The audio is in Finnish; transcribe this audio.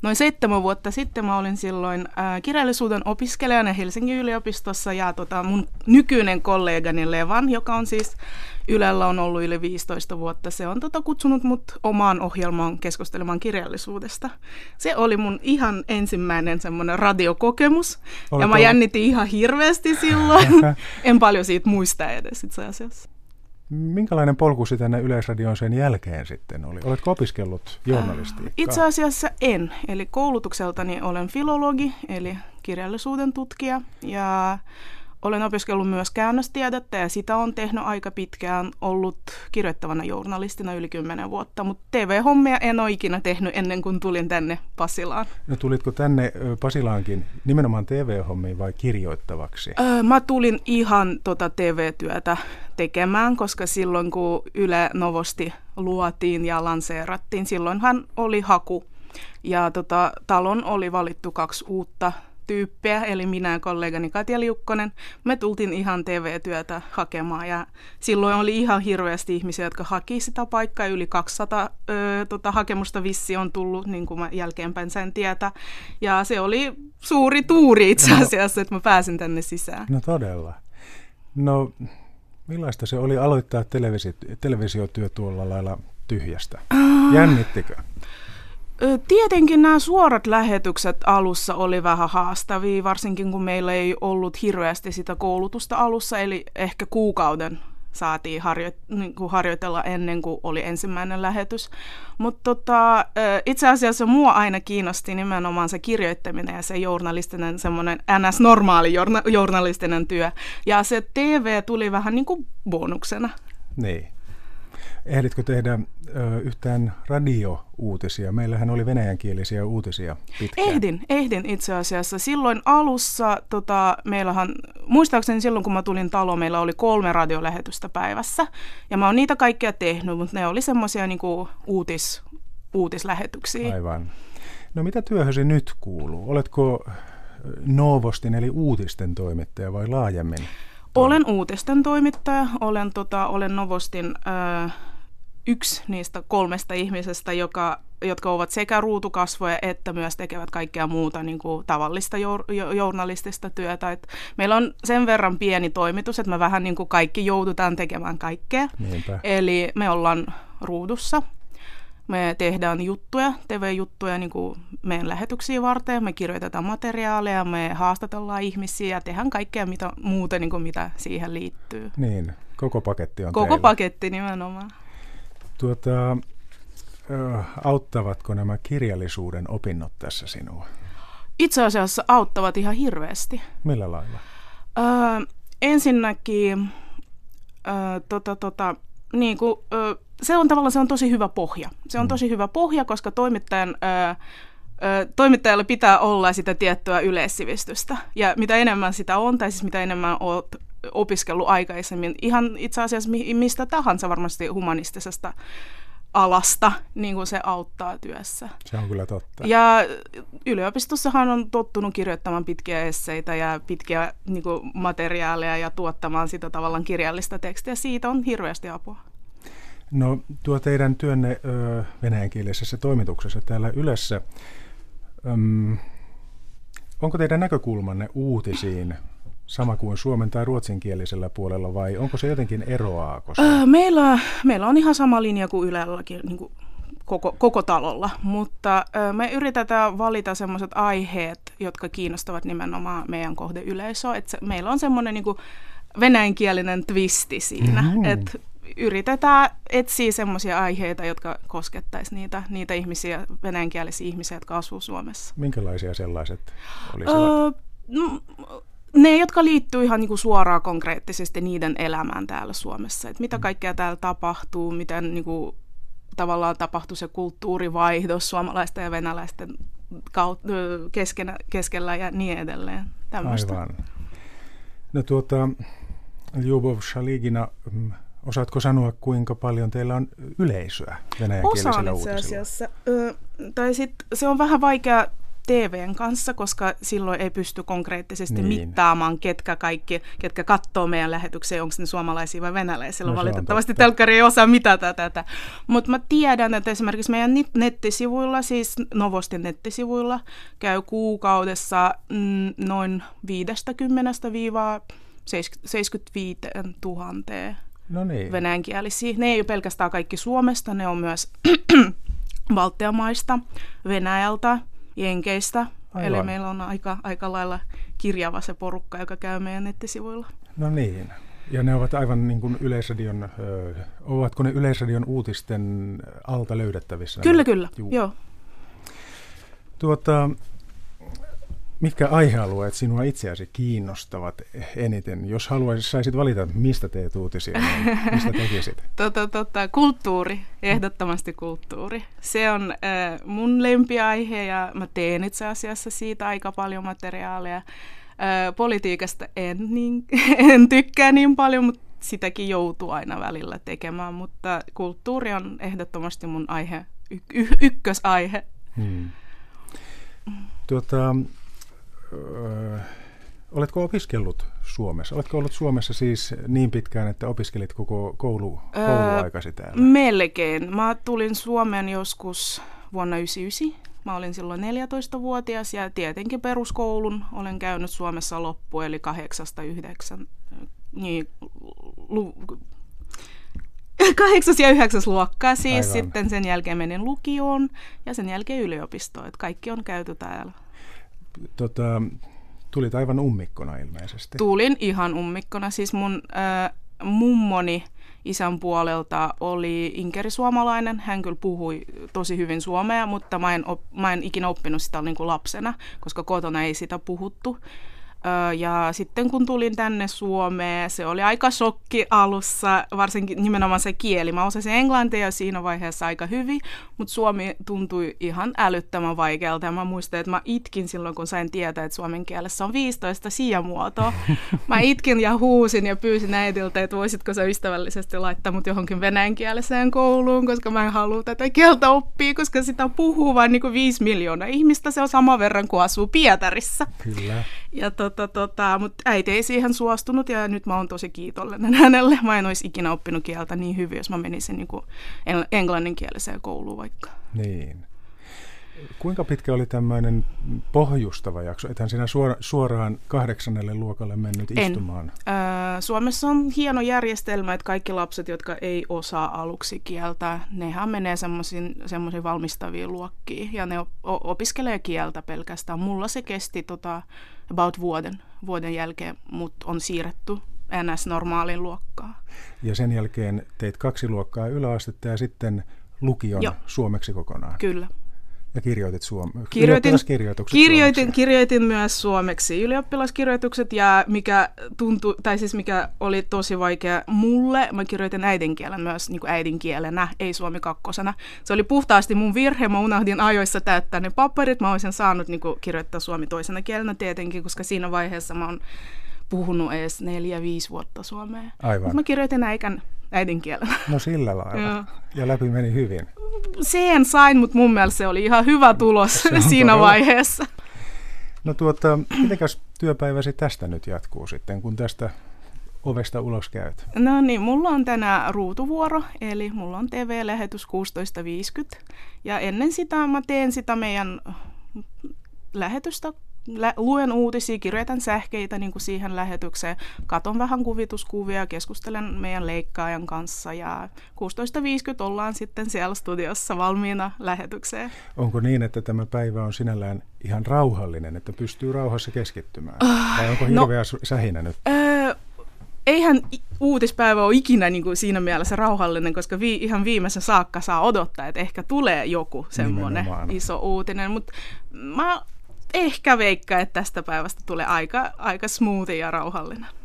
noin 7 vuotta sitten mä olin silloin kirjallisuuden opiskelijana Helsingin yliopistossa ja mun nykyinen kollegani Levan, joka on siis Ylellä on ollut yli 15 vuotta, se on kutsunut mut omaan ohjelmaan keskustelemaan kirjallisuudesta. Se oli mun ihan ensimmäinen semmoinen radiokokemus ja mä jännitin ihan hirveästi silloin. En paljon siitä muista edes itse asiassa. Minkälainen polku tänne Yleisradioon sen jälkeen sitten oli? Oletko opiskellut journalistiikkaa? Itse asiassa en. Eli koulutukseltani olen filologi, eli kirjallisuuden tutkija. Ja olen opiskellut myös käännöstiedettä ja sitä on tehnyt aika pitkään, ollut kirjoittavana journalistina yli 10 vuotta. Mutta TV-hommia en ole ikinä tehnyt ennen kuin tulin tänne Pasilaan. No tulitko tänne Pasilaankin nimenomaan TV-hommiin vai kirjoittavaksi? Mä tulin ihan TV-työtä tekemään, koska silloin kun Yle Novosti luotiin ja lanseerattiin, silloinhan oli haku. Ja talon oli valittu 2 uutta tyyppiä, eli minä ja kollegani Katja Liukkonen. Me tultiin ihan TV-työtä hakemaan ja silloin oli ihan hirveästi ihmisiä, jotka haki sitä paikkaa. Yli 200 hakemusta vissi on tullut, niin kuin mä jälkeenpäin sain tietää. Ja se oli suuri tuuri itse asiassa, että mä pääsin tänne sisään. No todella. No millaista se oli aloittaa televisiotyö tuolla lailla tyhjästä? Jännittikö? Tietenkin nämä suorat lähetykset alussa oli vähän haastavia, varsinkin kun meillä ei ollut hirveästi sitä koulutusta alussa, eli ehkä kuukauden saatiin harjoitella ennen kuin oli ensimmäinen lähetys. Mutta itse asiassa mua aina kiinnosti nimenomaan se kirjoittaminen ja se journalistinen, semmoinen NS-normaali journalistinen työ. Ja se TV tuli vähän niin kuin bonuksena. Niin. Ehditkö tehdä yhtään radio-uutisia? Meillähän oli venäjänkielisiä uutisia pitkään. Ehdin itse asiassa. Silloin alussa, meillähän, muistaakseni silloin kun mä tulin taloon, meillä oli 3 radiolähetystä päivässä. Ja mä oon niitä kaikkia tehnyt, mutta ne oli semmoisia niinku uutislähetyksiä. Aivan. No mitä työhösi nyt kuuluu? Oletko Novostin eli uutisten toimittaja vai laajemmin? Olen uutisten toimittaja. Olen Novostin yksi niistä 3 ihmisestä, jotka ovat sekä ruutukasvoja että myös tekevät kaikkea muuta niin kuin tavallista journalistista työtä. Et meillä on sen verran pieni toimitus, että me vähän niin kuin kaikki joudutaan tekemään kaikkea. Niinpä. Eli me ollaan ruudussa. Me tehdään juttuja, TV-juttuja niin kuin meidän lähetyksiä varten, me kirjoitetaan materiaaleja, me haastatellaan ihmisiä ja tehdään kaikkea muuta, niin kuin mitä siihen liittyy. Niin, koko paketti on Koko teillä. paketti nimenomaan. Auttavatko nämä kirjallisuuden opinnot tässä sinua? Itse asiassa auttavat ihan hirveästi. Millä lailla? Ensinnäkin niin kuin, se on tosi hyvä pohja. Se on tosi hyvä pohja, koska toimittajalle pitää olla sitä tiettyä yleissivistystä. Ja mitä enemmän sitä on, tai siis mitä enemmän olet opiskellut aikaisemmin, ihan itse asiassa mistä tahansa varmasti humanistisesta alasta, niin kuin se auttaa työssä. Se on kyllä totta. Ja yliopistossahan on tottunut kirjoittamaan pitkiä esseitä ja pitkiä niin kuin materiaaleja ja tuottamaan sitä tavallaan kirjallista tekstiä. Siitä on hirveästi apua. No tuo teidän työnne venäjänkielisessä toimituksessa täällä Ylessä, onko teidän näkökulmanne uutisiin sama kuin suomen- tai ruotsinkielisellä puolella vai onko se jotenkin eroaako se? Meillä on ihan sama linja kuin Ylelläkin niin kuin koko talolla, mutta me yritetään valita sellaiset aiheet, jotka kiinnostavat nimenomaan meidän kohdeyleisöä. Meillä on semmoinen niin kuin venäjänkielinen twisti siinä, että yritetään etsiä semmoisia aiheita, jotka koskettaisi niitä ihmisiä, venäjänkielisiä ihmisiä, jotka asuu Suomessa. Minkälaisia sellaiset olisivat? Ne, jotka liittyy ihan niin kuin suoraan konkreettisesti niiden elämään täällä Suomessa. Että mitä kaikkea täällä tapahtuu, miten niin kuin, tavallaan tapahtuu se kulttuurivaihdos suomalaisten ja venäläisten keskellä ja niin edelleen. Tämmöistä. Aivan. No Ljubov Shaligina, osaatko sanoa, kuinka paljon teillä on yleisöä venäjänkielisellä uutisilla? Osaan itse asiassa. Tai sit se on vähän vaikea TVn kanssa, koska silloin ei pysty konkreettisesti mittaamaan, ketkä katsoo meidän lähetyksiä, onko ne suomalaisia vai venäläisiä. No, valitettavasti telkkari ei osaa mitata tätä. Mutta mä tiedän, että esimerkiksi meidän nettisivuilla, siis Novostin nettisivuilla, käy kuukaudessa noin 50,000–75 000 venäjänkielisiä. Ne ei ole pelkästään kaikki Suomesta, ne on myös Baltian maista, Venäjältä, Jenkeistä. Aivan. Eli meillä on aika lailla kirjava se porukka, joka käy meidän nettisivuilla. No niin. Ja ne ovat aivan niin kuin Yleisradion, ovatko ne Yleisradion uutisten alta löydettävissä? Kyllä, joo. Mitkä aihealueet sinua itseäsi kiinnostavat eniten? Jos saisit valita, mistä teet uutisia, niin mistä tekisit? Kulttuuri, ehdottomasti kulttuuri. Se on mun lempiaihe ja mä teen itse asiassa siitä aika paljon materiaalia. Politiikasta en tykkää niin paljon, mutta sitäkin joutuu aina välillä tekemään, mutta kulttuuri on ehdottomasti mun aihe, ykkösaihe. Oletko opiskellut Suomessa? Oletko ollut Suomessa siis niin pitkään, että opiskelit koko kouluaikasi täällä? Melkein. Mä tulin Suomeen joskus vuonna 1999. Mä olin silloin 14-vuotias ja tietenkin peruskoulun olen käynyt Suomessa loppuun, eli 8.–9. Niin, 8. ja 9. luokkaa siis. Aivan. Sitten sen jälkeen menin lukioon ja sen jälkeen yliopistoon. Kaikki on käyty täällä. Tulit aivan ummikkona ilmeisesti. Tulin ihan ummikkona. Siis mun mummoni isän puolelta oli inkerisuomalainen. Hän kyllä puhui tosi hyvin suomea, mutta mä en ikinä oppinut sitä niin kuin lapsena, koska kotona ei sitä puhuttu. Ja sitten kun tulin tänne Suomeen, se oli aika shokki alussa, varsinkin nimenomaan se kieli. Mä osasin englantia siinä vaiheessa aika hyvin, mutta suomi tuntui ihan älyttömän vaikealta. Ja mä muistan, että mä itkin silloin, kun sain tietää, että suomen kielessä on 15 sijamuotoa. Mä itkin ja huusin ja pyysin äidiltä, että voisitko sä ystävällisesti laittaa mut johonkin venäjänkieliseen kouluun, koska mä en halua tätä kieltä oppia, koska sitä puhuu vain niin kuin 5 miljoonaa ihmistä. Se on sama verran kuin asuu Pietarissa. Kyllä. Ja mutta äiti ei siihen suostunut ja nyt mä oon tosi kiitollinen hänelle. Mä en olisi ikinä oppinut kieltä niin hyvin, jos mä menisin niin kuin englanninkieliseen kouluun vaikka. Niin. Kuinka pitkä oli tämmöinen pohjustava jakso? Ethän sinä suoraan 8. luokalle mennyt istumaan? Suomessa on hieno järjestelmä, että kaikki lapset, jotka ei osaa aluksi kieltä, nehän menee semmoisiin valmistaviin luokkiin ja ne opiskelee kieltä pelkästään. Mulla se kesti about vuoden jälkeen, mutta on siirretty NS-normaalin luokkaa. Ja sen jälkeen teit 2 luokkaa yläastetta ja sitten lukion suomeksi kokonaan. Kyllä. Ja kirjoitit ylioppilaskirjoitukset kirjoitin myös suomeksi ylioppilaskirjoitukset ja mikä oli tosi vaikea mulle, mä kirjoitin äidinkielen myös niin kuin äidinkielenä, ei suomi kakkosena. Se oli puhtaasti mun virhe, mä unohdin ajoissa täyttää ne paperit, mä olisin saanut niin kuin kirjoittaa suomi toisena kielenä tietenkin, koska siinä vaiheessa mä oon puhunut edes 4-5 vuotta suomea. Aivan. Mä kirjoitin äidinkielellä. No sillä lailla. Ja läpi meni hyvin. Sen sain, mutta mun mielestä se oli ihan hyvä tulos siinä vaiheessa. No mitenkäs työpäiväsi tästä nyt jatkuu sitten, kun tästä ovesta ulos käyt? No niin, mulla on tänään ruutuvuoro, eli mulla on TV-lähetys 16.50. Ja ennen sitä mä teen sitä meidän lähetystä. Luen uutisia, kirjoitan sähkeitä niin kuin siihen lähetykseen, katon vähän kuvituskuvia, keskustelen meidän leikkaajan kanssa ja 16.50 ollaan sitten siellä studiossa valmiina lähetykseen. Onko niin, että tämä päivä on sinällään ihan rauhallinen, että pystyy rauhassa keskittymään? Vai onko hirveä sähinä nyt? Eihän uutispäivä ole ikinä niin kuin siinä mielessä rauhallinen, koska ihan viimeisen saakka saa odottaa, että ehkä tulee joku semmoinen iso uutinen, mutta mä ehkä veikkaan, että tästä päivästä tulee aika smoothie ja rauhallinen.